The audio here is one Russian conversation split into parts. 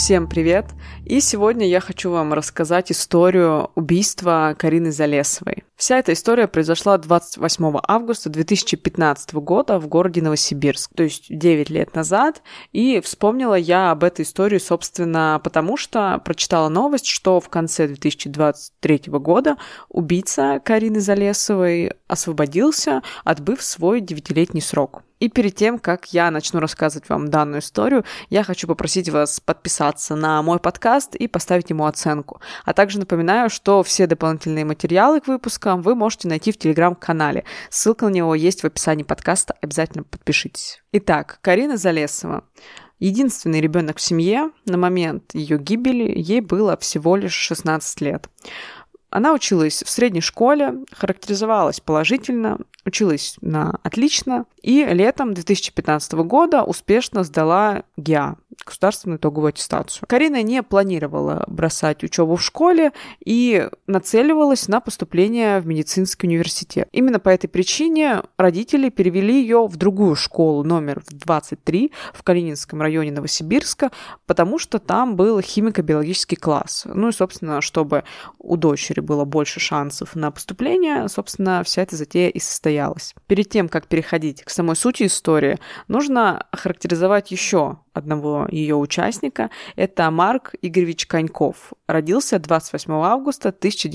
Всем привет! И сегодня я хочу вам рассказать историю убийства Карины Залесовой. Вся эта история произошла 28 августа 2015 года в городе Новосибирск, то есть 9 лет назад. И вспомнила я об этой истории, собственно, потому что прочитала новость, что в конце 2023 года убийца Карины Залесовой освободился, отбыв свой 9-летний срок. И перед тем, как я начну рассказывать вам данную историю, я хочу попросить вас подписаться на мой подкаст и поставить ему оценку. А также напоминаю, что все дополнительные материалы к выпускам вы можете найти в Телеграм-канале. Ссылка на него есть в описании подкаста, обязательно подпишитесь. Итак, Карина Залесова. Единственный ребенок в семье. На момент ее гибели ей было всего лишь 16 лет. Она училась в средней школе, характеризовалась положительно, училась на отлично и летом 2015 года успешно сдала ГИА, государственную итоговую аттестацию. Карина не планировала бросать учебу в школе и нацеливалась на поступление в медицинский университет. Именно по этой причине родители перевели ее в другую школу, номер 23, в Калининском районе Новосибирска, потому что там был химико-биологический класс. Ну и, собственно, чтобы у дочери было больше шансов на поступление, собственно, вся эта затея и состоялась. Перед тем, как переходить к самой сути истории, нужно охарактеризовать еще одного ее участника. Это Марк Игоревич Коньков. Родился 28 августа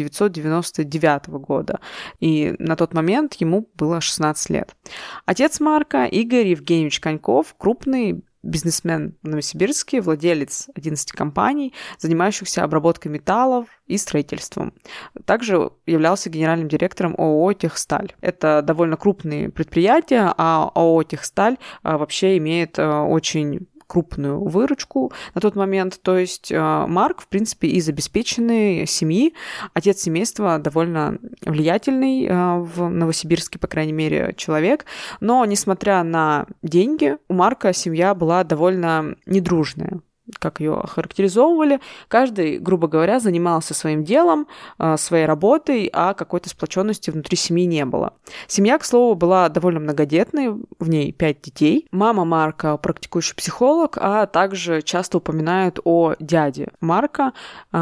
1999 года. И на тот момент ему было 16 лет. Отец Марка, Игорь Евгеньевич Коньков, крупный бизнесмен в Новосибирске, владелец 11 компаний, занимающихся обработкой металлов и строительством. Также являлся генеральным директором ООО «Техсталь». Это довольно крупные предприятия, а ООО «Техсталь» вообще имеет очень крупную выручку на тот момент. То есть Марк, в принципе, из обеспеченной семьи, отец семейства довольно влиятельный в Новосибирске, по крайней мере, человек. Но, несмотря на деньги, у Марка семья была довольно недружная. Как ее охарактеризовывали, каждый, грубо говоря, занимался своим делом, своей работой, а какой-то сплоченности внутри семьи не было. Семья, к слову, была довольно многодетной, в ней 5 детей. Мама Марка практикующий психолог, а также часто упоминают о дяде Марка.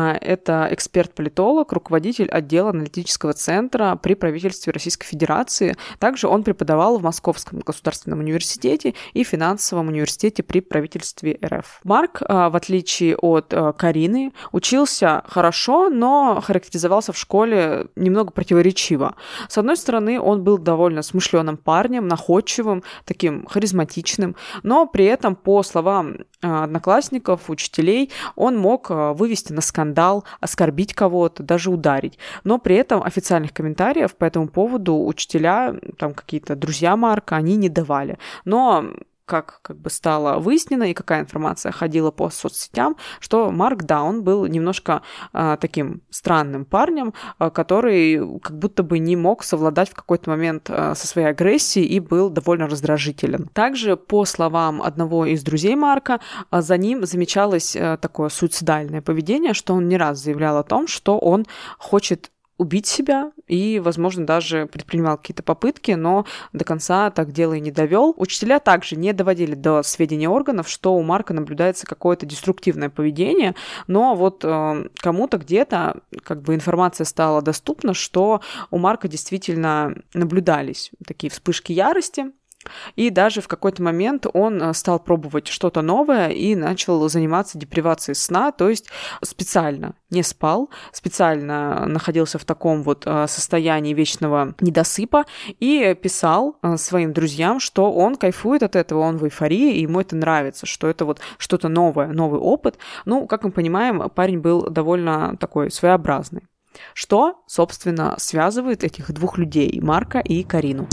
Это эксперт-политолог, руководитель отдела аналитического центра при правительстве Российской Федерации. Также он преподавал в Московском государственном университете и финансовом университете при правительстве РФ. Марк, в отличие от Карины, учился хорошо, но характеризовался в школе немного противоречиво. С одной стороны, он был довольно смышленым парнем, находчивым, таким харизматичным, но при этом, по словам одноклассников, учителей, он мог вывести на скандал, оскорбить кого-то, даже ударить. Но при этом официальных комментариев по этому поводу учителя, там какие-то друзья Марка, они не давали. Но как бы стало выяснено и какая информация ходила по соцсетям, что Марк, да, он был немножко таким странным парнем, который как будто бы не мог совладать в какой-то момент со своей агрессией и был довольно раздражителен. Также, по словам одного из друзей Марка, за ним замечалось такое суицидальное поведение, что он не раз заявлял о том, что он хочет убить себя и, возможно, даже предпринимал какие-то попытки, но до конца так дело и не довел. Учителя также не доводили до сведения органов, что у Марка наблюдается какое-то деструктивное поведение, но вот кому-то где-то как бы информация стала доступна, что у Марка действительно наблюдались такие вспышки ярости. И даже в какой-то момент он стал пробовать что-то новое и начал заниматься депривацией сна, то есть специально не спал, специально находился в таком вот состоянии вечного недосыпа и писал своим друзьям, что он кайфует от этого, он в эйфории, и ему это нравится, что это вот что-то новое, новый опыт. Ну, как мы понимаем, парень был довольно такой своеобразный. Что, собственно, связывает этих двух людей, Марка и Карину?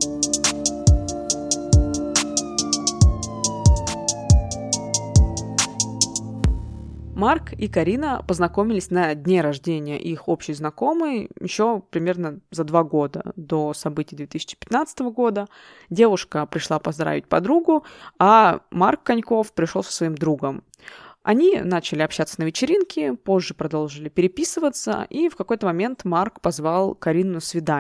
Марк и Карина познакомились на дне рождения их общей знакомой еще примерно за 2 года до событий 2015 года. Девушка пришла поздравить подругу, а Марк Коньков пришел со своим другом. Они начали общаться на вечеринке, позже продолжили переписываться, и в какой-то момент Марк позвал Карину на свидание.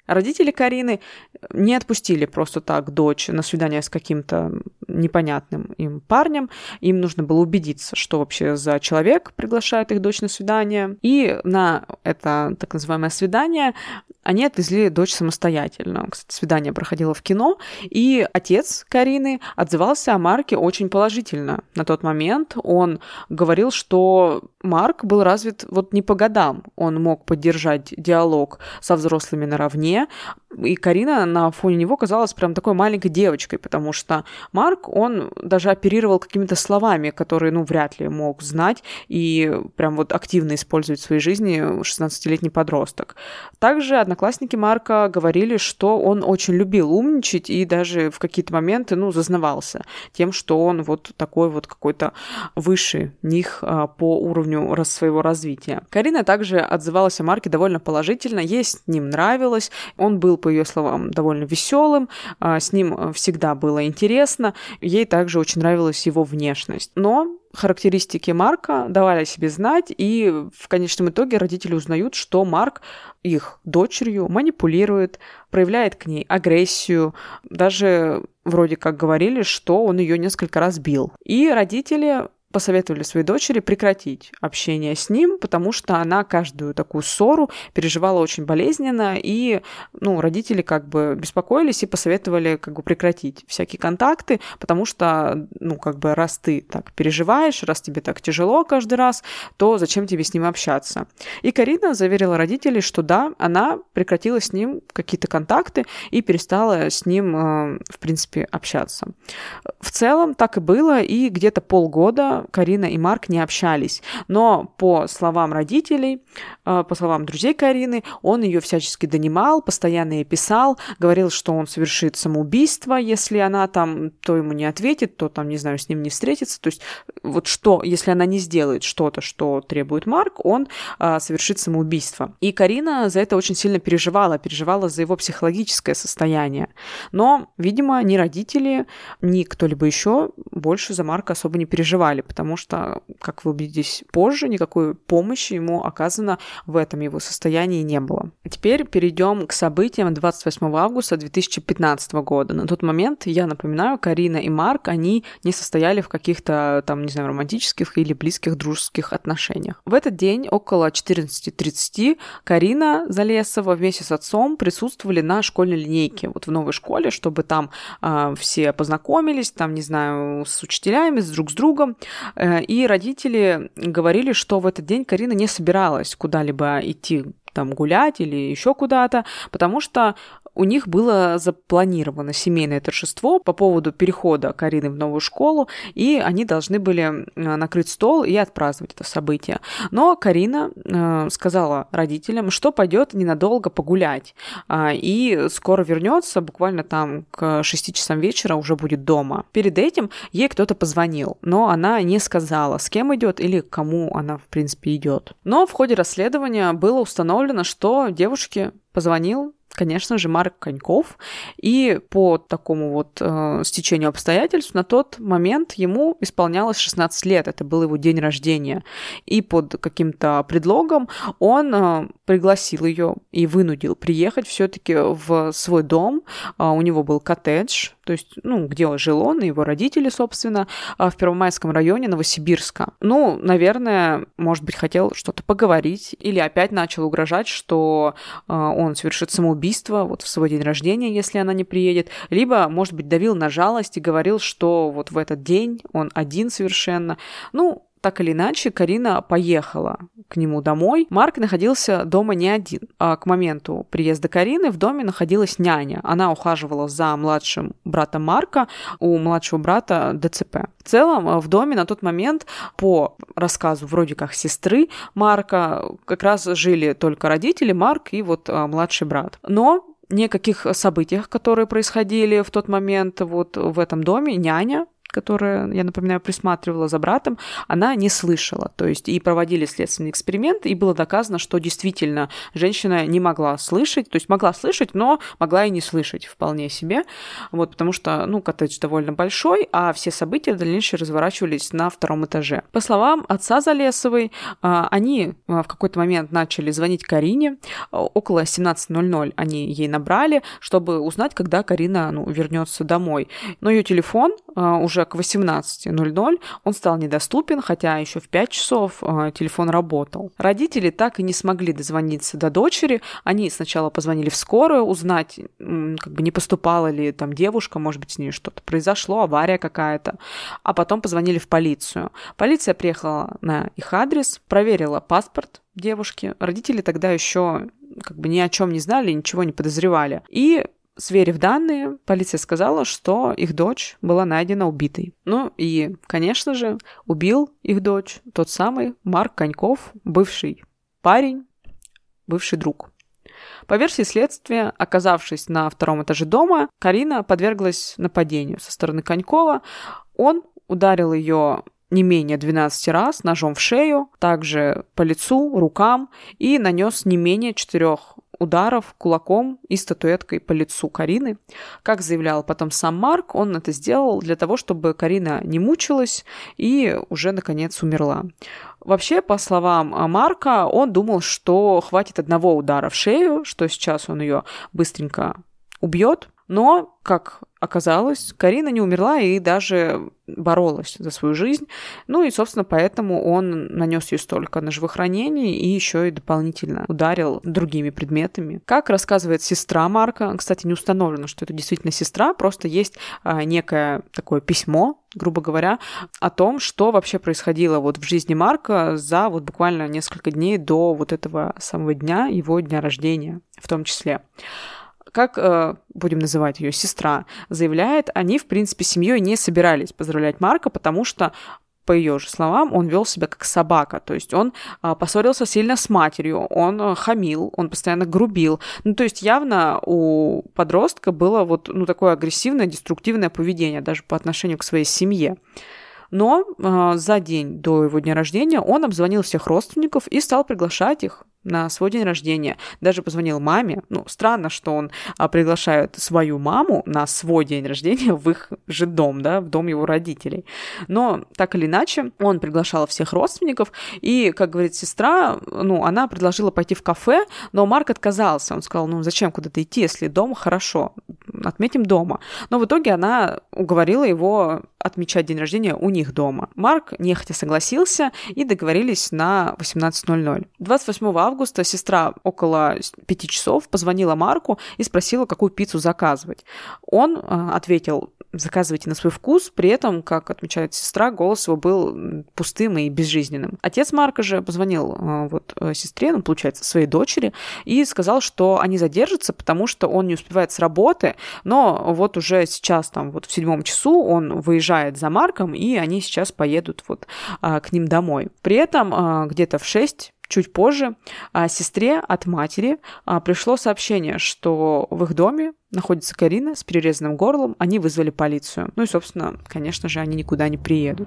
Родители Карины не отпустили просто так дочь на свидание с каким-то непонятным им парнем. Им нужно было убедиться, что вообще за человек приглашает их дочь на свидание. И на это так называемое свидание они отвезли дочь самостоятельно. Кстати, свидание проходило в кино, и отец Карины отзывался о Марке очень положительно. На тот момент он говорил, что Марк был развит вот не по годам. Он мог поддержать диалог со взрослыми наравне, и Карина на фоне него казалась прям такой маленькой девочкой, потому что Марк, он даже оперировал какими-то словами, которые, вряд ли мог знать и прям вот активно использовать в своей жизни 16-летний подросток. Также одноклассники Марка говорили, что он очень любил умничать и даже в какие-то моменты, зазнавался тем, что он вот такой вот какой-то выше них по уровню своего развития. Карина также отзывалась о Марке довольно положительно, ей с ним нравилось, он был, по ее словам, довольно веселым, с ним всегда было интересно, ей также очень нравилась его внешность. Но характеристики Марка давали о себе знать, и в конечном итоге родители узнают, что Марк их дочерью манипулирует, проявляет к ней агрессию, даже вроде как говорили, что он ее несколько раз бил. И родители посоветовали своей дочери прекратить общение с ним, потому что она каждую такую ссору переживала очень болезненно, и, родители как бы беспокоились и посоветовали как бы прекратить всякие контакты, потому что, раз ты так переживаешь, раз тебе так тяжело каждый раз, то зачем тебе с ним общаться? И Карина заверила родителей, что да, она прекратила с ним какие-то контакты и перестала с ним, в принципе, общаться. В целом так и было, и где-то полгода Карина и Марк не общались. Но по словам родителей, по словам друзей Карины, он ее всячески донимал, постоянно ей писал, говорил, что он совершит самоубийство, если она там то ему не ответит, то там, не знаю, с ним не встретится. То есть вот что, если она не сделает что-то, что требует Марк, он совершит самоубийство. И Карина за это очень сильно переживала за его психологическое состояние. Но, видимо, ни родители, ни кто-либо еще больше за Марка особо не переживали, потому что, как вы убедитесь позже, никакой помощи ему оказано в этом его состоянии не было. А теперь перейдем к событиям 28 августа 2015 года. На тот момент, я напоминаю, Карина и Марк, они не состояли в каких-то там, не знаю, романтических или близких дружеских отношениях. В этот день около 14:30 Карина Залесова вместе с отцом присутствовали на школьной линейке, вот в новой школе, чтобы там все познакомились, там, не знаю, с учителями, друг с другом. И родители говорили, что в этот день Карина не собиралась куда-либо идти там гулять или еще куда-то, потому что у них было запланировано семейное торжество по поводу перехода Карины в новую школу, и они должны были накрыть стол и отпраздновать это событие. Но Карина сказала родителям, что пойдет ненадолго погулять, и скоро вернется, буквально там к 6 часам вечера уже будет дома. Перед этим ей кто-то позвонил, но она не сказала, с кем идет или к кому она, в принципе, идет. Но в ходе расследования было установлено, что девушке позвонил, конечно же, Марк Коньков, и по такому вот стечению обстоятельств на тот момент ему исполнялось 16 лет, это был его день рождения, и под каким-то предлогом он пригласил ее и вынудил приехать все-таки в свой дом, у него был коттедж, то есть, где жил он и его родители, собственно, в Первомайском районе Новосибирска. Наверное, может быть, хотел что-то поговорить или опять начал угрожать, что он совершит самоубийство вот в свой день рождения, если она не приедет, либо, может быть, давил на жалость и говорил, что вот в этот день он один совершенно. Так или иначе, Карина поехала к нему домой. Марк находился дома не один. К моменту приезда Карины в доме находилась няня. Она ухаживала за младшим братом Марка, у младшего брата ДЦП. В целом, в доме на тот момент, по рассказу вроде как сестры Марка, как раз жили только родители, Марк и вот младший брат. Но ни о каких событиях, которые происходили в тот момент вот в этом доме, няня которая, я напоминаю, присматривала за братом, она не слышала. То есть и проводили следственный эксперимент, и было доказано, что действительно женщина не могла слышать, то есть могла слышать, но могла и не слышать вполне себе, вот, потому что, коттедж довольно большой, а все события дальнейшие разворачивались на 2-м этаже. По словам отца Залесовой, они в какой-то момент начали звонить Карине, около 17:00 они ей набрали, чтобы узнать, когда Карина вернется домой. Но ее телефон уже к 18:00 он стал недоступен, хотя еще в 5 часов телефон работал. Родители так и не смогли дозвониться до дочери. Они сначала позвонили в скорую, узнать, не поступала ли там девушка, может быть, с ней что-то произошло, авария какая-то. А потом позвонили в полицию. Полиция приехала на их адрес, проверила паспорт девушки. Родители тогда еще ни о чем не знали, ничего не подозревали. И сверив данные, полиция сказала, что их дочь была найдена убитой. И, конечно же, убил их дочь тот самый Марк Коньков, бывший парень, бывший друг. По версии следствия, оказавшись на 2-м этаже дома, Карина подверглась нападению со стороны Конькова. Он ударил ее не менее 12 раз ножом в шею, также по лицу, рукам и нанес не менее 4 ударов кулаком и статуэткой по лицу Карины. Как заявлял потом сам Марк, он это сделал для того, чтобы Карина не мучилась и уже, наконец, умерла. Вообще, по словам Марка, он думал, что хватит одного удара в шею, что сейчас он ее быстренько убьет. Но, как оказалось, Карина не умерла и даже боролась за свою жизнь. И, собственно, поэтому он нанес ей столько ножевых ранений и еще и дополнительно ударил другими предметами. Как рассказывает сестра Марка, кстати, не установлено, что это действительно сестра, просто есть некое такое письмо, грубо говоря, о том, что вообще происходило в жизни Марка за буквально несколько дней до этого самого дня, его дня рождения в том числе. Как будем называть ее сестра, заявляет, они, в принципе, семьей не собирались поздравлять Марка, потому что, по ее же словам, он вел себя как собака, то есть он поссорился сильно с матерью, он хамил, он постоянно грубил. То есть явно у подростка было такое агрессивное, деструктивное поведение даже по отношению к своей семье. Но за день до его дня рождения он обзвонил всех родственников и стал приглашать их на свой день рождения. Даже позвонил маме. Странно, что он приглашает свою маму на свой день рождения в их же дом, в дом его родителей. Но так или иначе, он приглашал всех родственников, и, как говорит сестра, она предложила пойти в кафе, но Марк отказался. Он сказал, зачем куда-то идти, если дома хорошо, отметим дома. Но в итоге она уговорила его отмечать день рождения у них дома. Марк нехотя согласился, и договорились на 18:00. 28 августа сестра около 5 часов позвонила Марку и спросила, какую пиццу заказывать. Он ответил, заказывайте на свой вкус, при этом, как отмечает сестра, голос его был пустым и безжизненным. Отец Марка же позвонил сестре, получается, своей дочери, и сказал, что они задержатся, потому что он не успевает с работы, но уже сейчас, в 7 часу он выезжает за Марком, и они сейчас поедут к ним домой. При этом где-то в 6, чуть позже, сестре от матери пришло сообщение, что в их доме находится Карина с перерезанным горлом, они вызвали полицию. И, собственно, конечно же, они никуда не приедут.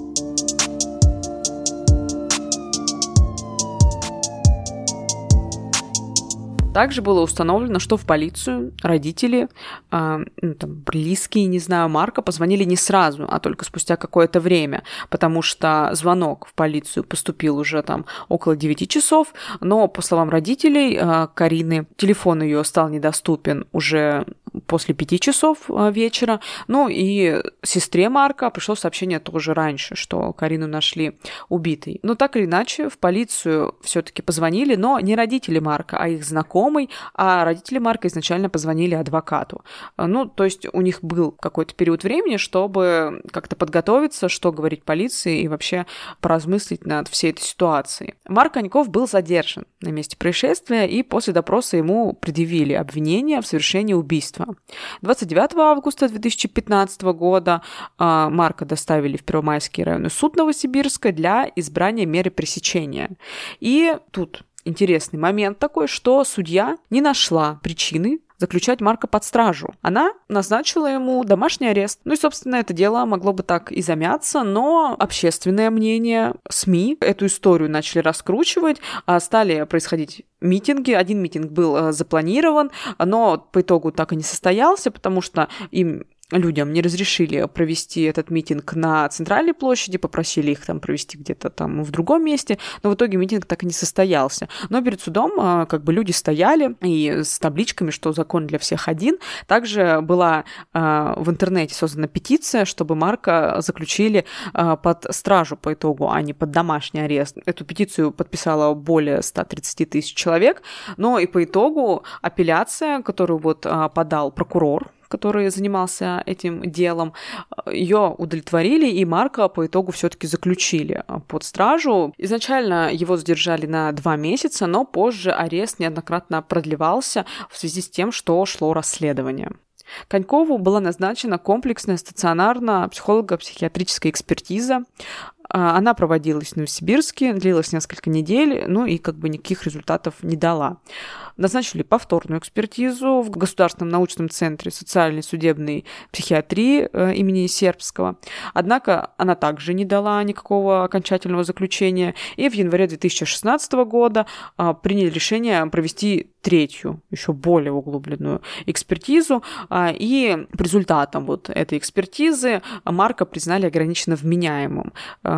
Также было установлено, что в полицию родители, близкие, не знаю, Марка, позвонили не сразу, а только спустя какое-то время, потому что звонок в полицию поступил уже около 9 часов, но, по словам родителей Карины, телефон ее стал недоступен уже после 5 часов вечера. И сестре Марка пришло сообщение тоже раньше, что Карину нашли убитой. Но так или иначе, в полицию все-таки позвонили, но не родители Марка, а их знакомые, а родители Марка изначально позвонили адвокату. То есть у них был какой-то период времени, чтобы как-то подготовиться, что говорить полиции и вообще поразмыслить над всей этой ситуацией. Марк Коньков был задержан на месте происшествия, и после допроса ему предъявили обвинение в совершении убийства. 29 августа 2015 года Марка доставили в Первомайский районный суд Новосибирска для избрания меры пресечения. И тут интересный момент такой, что судья не нашла причины, заключать Марка под стражу. Она назначила ему домашний арест. Ну и, собственно, это дело могло бы так и замяться, но общественное мнение, СМИ эту историю начали раскручивать, стали происходить митинги. Один митинг был запланирован, но по итогу так и не состоялся, потому что людям не разрешили провести этот митинг на центральной площади, попросили их там провести где-то там в другом месте, но в итоге митинг так и не состоялся. Но перед судом как бы люди стояли и с табличками, что закон для всех один. Также была в интернете создана петиция, чтобы Марка заключили под стражу по итогу, а не под домашний арест. Эту петицию подписало более 130 тысяч человек, но и по итогу апелляция, которую вот подал прокурор, который занимался этим делом, ее удовлетворили, и Марка по итогу все-таки заключили под стражу. Изначально его задержали на 2 месяца, но позже арест неоднократно продлевался в связи с тем, что шло расследование. Конькову была назначена комплексная стационарно-психолого-психиатрическая экспертиза. Она проводилась в Новосибирске, длилась несколько недель, ну и как бы никаких результатов не дала. Назначили повторную экспертизу в Государственном научном центре социальной и судебной психиатрии имени Сербского. Однако она также не дала никакого окончательного заключения. И в январе 2016 года приняли решение провести третью, еще более углубленную экспертизу. И по результатам вот этой экспертизы Марка признали ограниченно вменяемым.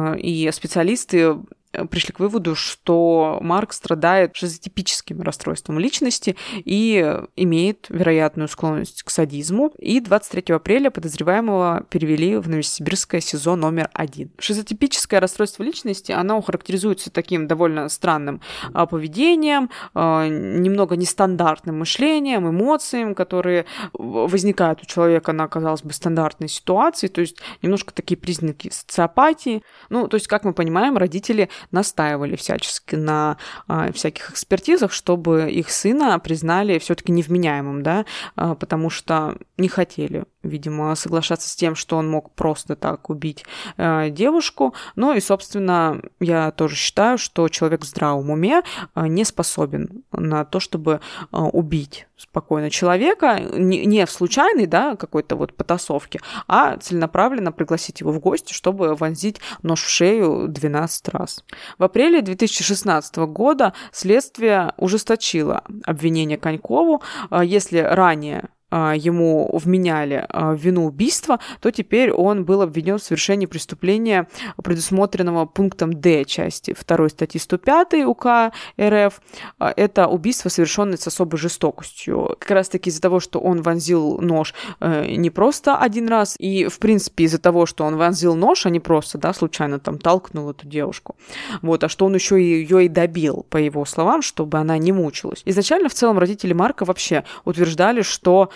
И специалисты пришли к выводу, что Марк страдает шизотипическим расстройством личности и имеет вероятную склонность к садизму. И 23 апреля подозреваемого перевели в Новосибирское СИЗО номер 1. Шизотипическое расстройство личности, оно характеризуется таким довольно странным поведением, немного нестандартным мышлением, эмоциями, которые возникают у человека на, казалось бы, стандартной ситуации, то есть немножко такие признаки социопатии. Ну, то есть, как мы понимаем, родители настаивали всячески на всяких экспертизах, чтобы их сына признали все-таки невменяемым, да, потому что не хотели, видимо, соглашаться с тем, что он мог просто так убить девушку. Ну и, собственно, я тоже считаю, что человек в здравом уме не способен на то, чтобы убить спокойно человека, не в случайной, да, какой-то вот потасовке, а целенаправленно пригласить его в гости, чтобы вонзить нож в шею 12 раз. В апреле 2016 года следствие ужесточило обвинение Конькову. Если ранее ему вменяли вину убийства, то теперь он был обвинен в совершении преступления, предусмотренного пунктом Д части 2 статьи 105 УК РФ. Это убийство, совершенное с особой жестокостью. Как раз-таки из-за того, что он вонзил нож не просто один раз, и, в принципе, из-за того, что он вонзил нож, а не просто, да, случайно там толкнул эту девушку, вот, а что он еще ее и добил, по его словам, чтобы она не мучилась. Изначально, в целом, родители Марка вообще утверждали, что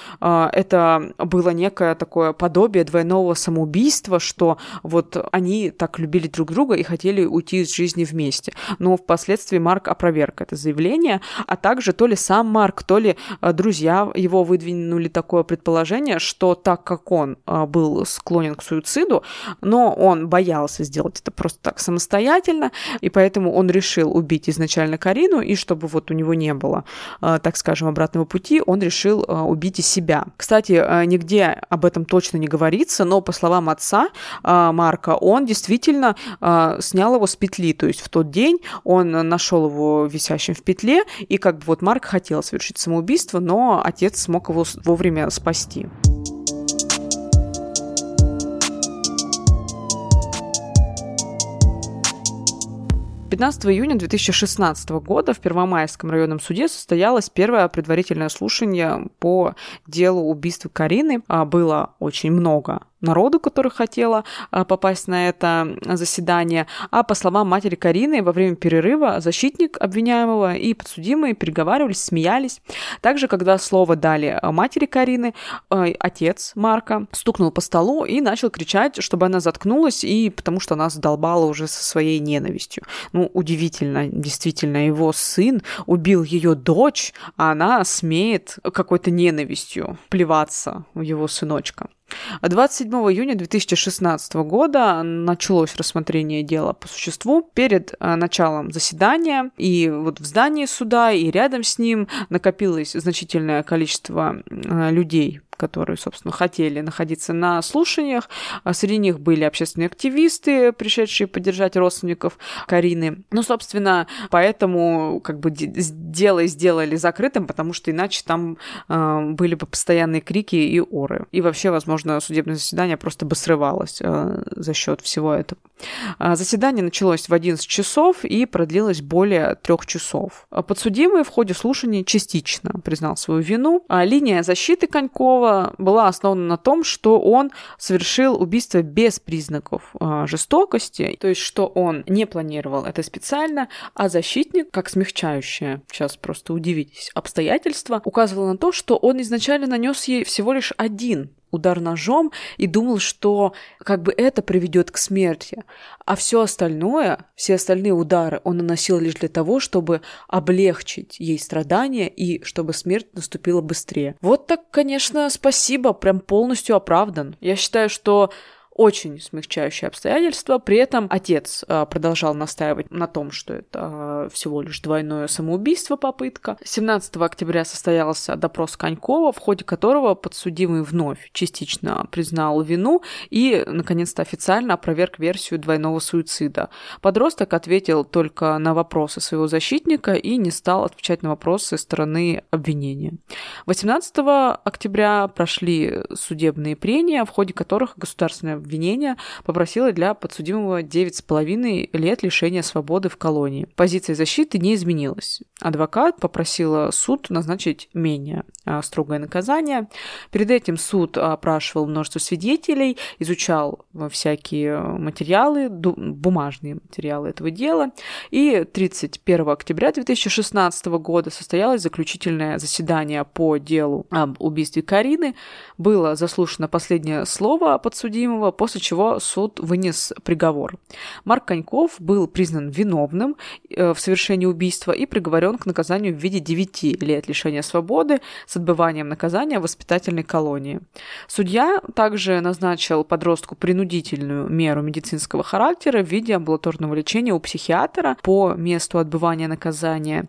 это было некое такое подобие двойного самоубийства, что вот они так любили друг друга и хотели уйти из жизни вместе. Но впоследствии Марк опроверг это заявление, а также то ли сам Марк, то ли друзья его выдвинули такое предположение, что так как он был склонен к суициду, но он боялся сделать это просто так самостоятельно, и поэтому он решил убить изначально Карину, и чтобы вот у него не было, так скажем, обратного пути, он решил убить и себя. Кстати, нигде об этом точно не говорится, но по словам отца Марка, он действительно снял его с петли, то есть в тот день он нашел его висящим в петле, и как бы вот Марк хотел совершить самоубийство, но отец смог его вовремя спасти. 15 июня 2016 года в Первомайском районном суде состоялось первое предварительное слушание по делу убийства Карины. Было очень много народу, который хотела попасть на это заседание. А по словам матери Карины, во время перерыва защитник обвиняемого и подсудимые переговаривались, смеялись. Также, когда слово дали матери Карины, отец Марка стукнул по столу и начал кричать, чтобы она заткнулась, и потому что она задолбала уже со своей ненавистью. Ну, удивительно, действительно, его сын убил ее дочь, а она смеет какой-то ненавистью плеваться в его сыночка. 27 июня 2016 года началось рассмотрение дела по существу. Перед началом заседания и вот в здании суда, и рядом с ним накопилось значительное количество людей, которые, собственно, хотели находиться на слушаниях. Среди них были общественные активисты, пришедшие поддержать родственников Карины. Ну, собственно, поэтому как бы дело сделали закрытым, потому что иначе там были бы постоянные крики и оры. И вообще, возможно, судебное заседание просто бы срывалось за счет всего этого. Заседание началось в 11 часов и продлилось более 3 часов. Подсудимый в ходе слушаний частично признал свою вину. Линия защиты Конькова была основана на том, что он совершил убийство без признаков жестокости, то есть что он не планировал это специально, а защитник, как смягчающее, сейчас просто удивитесь, обстоятельства, указывал на то, что он изначально нанес ей всего лишь один удар ножом и думал, что как бы это приведет к смерти. А все остальное, все остальные удары он наносил лишь для того, чтобы облегчить ей страдания и чтобы смерть наступила быстрее. Вот так, конечно, спасибо, прям полностью оправдан. Я считаю, что очень смягчающее обстоятельство. При этом отец продолжал настаивать на том, что это всего лишь двойное самоубийство, попытка. 17 октября состоялся допрос Конькова, в ходе которого подсудимый вновь частично признал вину и, наконец-то, официально опроверг версию двойного суицида. Подросток ответил только на вопросы своего защитника и не стал отвечать на вопросы стороны обвинения. 18 октября прошли судебные прения, в ходе которых государственное обвинение попросило для подсудимого 9,5 лет лишения свободы в колонии. Позиция защиты не изменилась. Адвокат попросила суд назначить менее строгое наказание. Перед этим суд опрашивал множество свидетелей, изучал всякие материалы, бумажные материалы этого дела. И 31 октября 2016 года состоялось заключительное заседание по делу об убийстве Карины. Было заслушано последнее слово подсудимого, после чего суд вынес приговор. Марк Коньков был признан виновным в совершении убийства и приговорен к наказанию в виде 9 лет лишения свободы с отбыванием наказания в воспитательной колонии. Судья также назначил подростку принудительную меру медицинского характера в виде амбулаторного лечения у психиатра по месту отбывания наказания,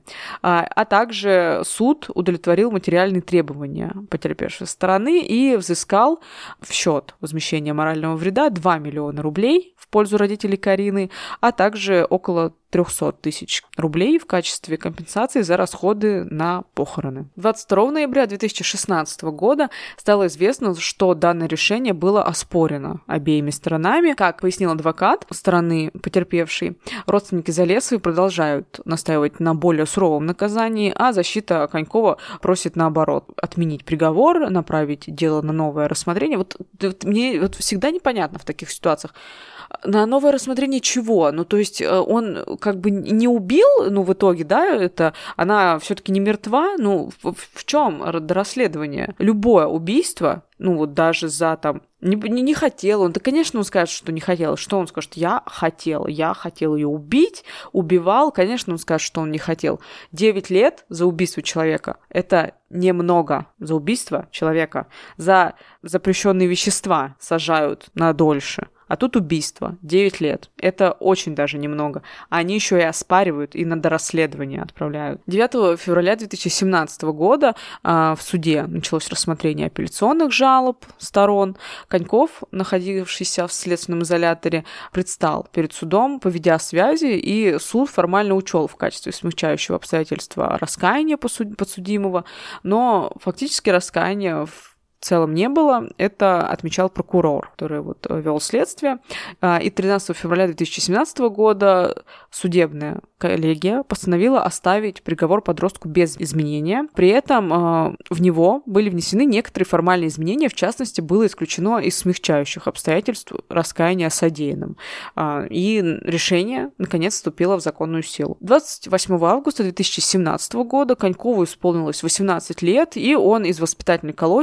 а также суд удовлетворил материальные требования потерпевшей стороны и взыскал в счет возмещения морального вреда 2 миллиона рублей в пользу родителей Карины, а также около 300 тысяч рублей в качестве компенсации за расходы на похороны. 22 ноября 2016 года стало известно, что данное решение было оспорено обеими сторонами. Как пояснил адвокат стороны потерпевшей, родственники Залесовой продолжают настаивать на более суровом наказании, а защита Конькова просит, наоборот, отменить приговор, направить дело на новое рассмотрение. Вот мне всегда непонятно в таких ситуациях, на новое рассмотрение чего? Ну, то есть он как бы не убил, ну, в итоге, да, это она все-таки не мертва, ну, в чем расследование? Любое убийство, ну, вот даже за там не хотел он, да, конечно, он скажет, что не хотел. Что он скажет? Я хотел ее убить, убивал, конечно, он скажет, что он не хотел. 9 лет за убийство человека – это немного за убийство человека. За запрещенные вещества сажают на дольше. А тут убийство. 9 лет. Это очень даже немного. А они еще и оспаривают, и на дорасследование отправляют. 9 февраля 2017 года в суде началось рассмотрение апелляционных жалоб сторон. Коньков, находившийся в следственном изоляторе, предстал перед судом по видеосвязи, и суд формально учел в качестве смягчающего обстоятельства раскаяние подсудимого, но фактически раскаяния в целом не было. Это отмечал прокурор, который вот вел следствие. И 13 февраля 2017 года судебная коллегия постановила оставить приговор подростку без изменения. При этом в него были внесены некоторые формальные изменения. В частности, было исключено из смягчающих обстоятельств раскаяние содеянным. И решение, наконец, вступило в законную силу. 28 августа 2017 года Конькову исполнилось 18 лет, и он из воспитательной колонии был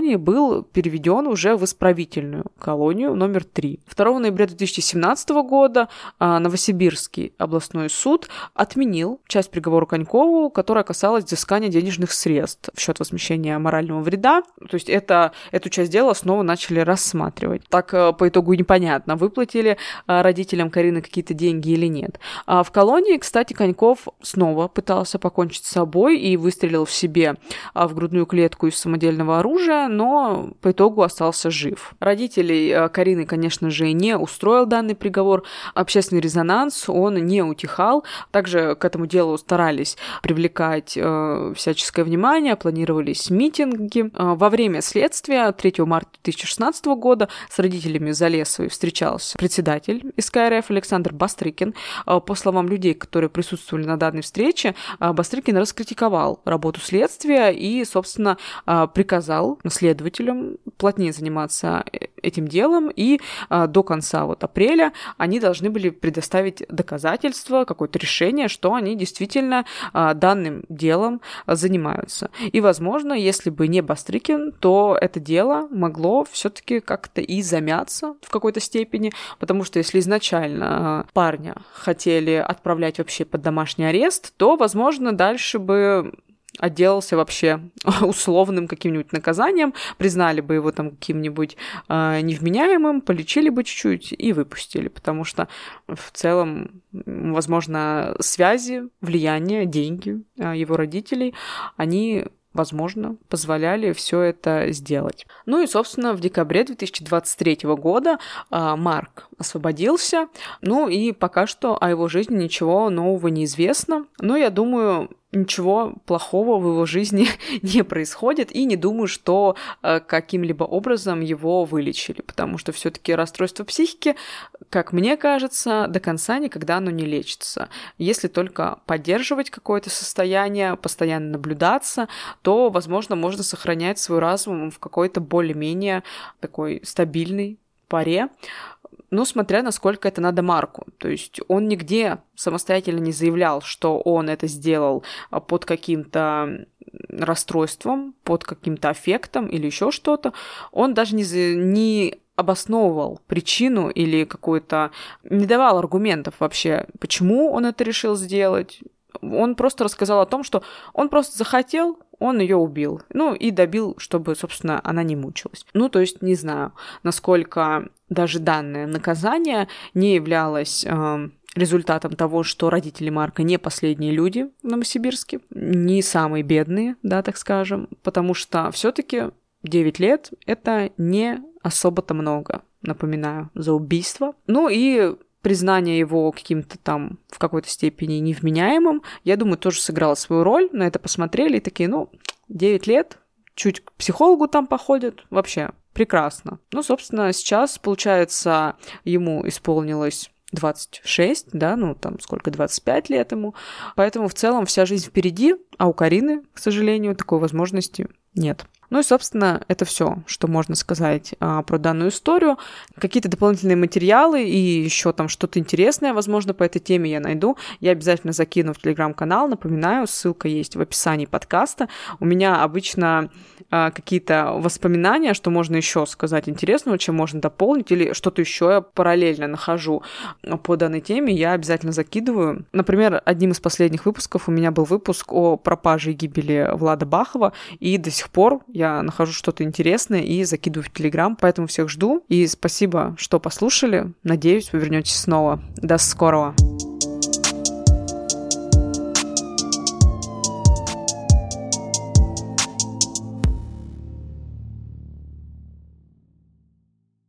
был переведен уже в исправительную колонию номер 3. 2 ноября 2017 года Новосибирский областной суд отменил часть приговора Конькову, которая касалась взыскания денежных средств в счет возмещения морального вреда. То есть эту часть дела снова начали рассматривать. Так по итогу непонятно, выплатили родителям Карины какие-то деньги или нет. В колонии, кстати, Коньков снова пытался покончить с собой и выстрелил в себе в грудную клетку из самодельного оружия, но по итогу остался жив. Родителей Карины, конечно же, не устроил данный приговор. Общественный резонанс, он не утихал. Также к этому делу старались привлекать всяческое внимание, планировались митинги. Во время следствия 3 марта 2016 года с родителями Залесовой встречался председатель СК РФ Александр Бастрыкин. По словам людей, которые присутствовали на данной встрече, Бастрыкин раскритиковал работу следствия и, собственно, приказал следователям плотнее заниматься этим делом, и до конца апреля они должны были предоставить доказательства, какое-то решение, что они действительно данным делом занимаются. И, возможно, если бы не Бастрыкин, то это дело могло все-таки как-то и замяться в какой-то степени, потому что если изначально парня хотели отправлять вообще под домашний арест, то, возможно, дальше бы отделался вообще условным каким-нибудь наказанием, признали бы его там каким-нибудь невменяемым, полечили бы чуть-чуть и выпустили, потому что в целом, возможно, связи, влияние, деньги его родителей, они, возможно, позволяли все это сделать. Ну и, собственно, в декабре 2023 года Марк освободился, ну и пока что о его жизни ничего нового не известно, но я думаю, ничего плохого в его жизни не происходит, и не думаю, что каким-либо образом его вылечили, потому что все-таки расстройство психики, как мне кажется, до конца никогда оно не лечится. Если только поддерживать какое-то состояние, постоянно наблюдаться, то, возможно, можно сохранять свой разум в какой-то более-менее такой стабильной паре, ну, смотря насколько это надо Марку. То есть он нигде самостоятельно не заявлял, что он это сделал под каким-то расстройством, под каким-то аффектом или еще что-то. Он даже не обосновывал причину или какую-то... не давал аргументов вообще, почему он это решил сделать. Он просто рассказал о том, что он просто захотел, он ее убил. Ну, и добил, чтобы, собственно, она не мучилась. Ну, то есть, не знаю, насколько даже данное наказание не являлось результатом того, что родители Марка не последние люди в Новосибирске, не самые бедные, да, так скажем, потому что все-таки 9 лет — это не особо-то много, напоминаю, за убийство. Ну и признание его каким-то там в какой-то степени невменяемым, я думаю, тоже сыграло свою роль. На это посмотрели и такие, 9 лет, чуть к психологу там походят, вообще прекрасно. Ну, собственно, сейчас, получается, ему исполнилось 26, да, 25 лет ему. Поэтому в целом вся жизнь впереди, а у Карины, к сожалению, такой возможности нет. Ну и, собственно, это все, что можно сказать про данную историю. Какие-то дополнительные материалы и еще там что-то интересное, возможно, по этой теме я найду. Я обязательно закину в Телеграм-канал. Напоминаю, ссылка есть в описании подкаста. У меня обычно какие-то воспоминания, что можно еще сказать интересного, чем можно дополнить, или что-то еще я параллельно нахожу по данной теме, я обязательно закидываю. Например, одним из последних выпусков у меня был выпуск о пропаже и гибели Влада Бахова, и до сих пор я нахожу что-то интересное и закидываю в Телеграм, поэтому всех жду. И спасибо, что послушали. Надеюсь, вы вернетесь снова. До скорого.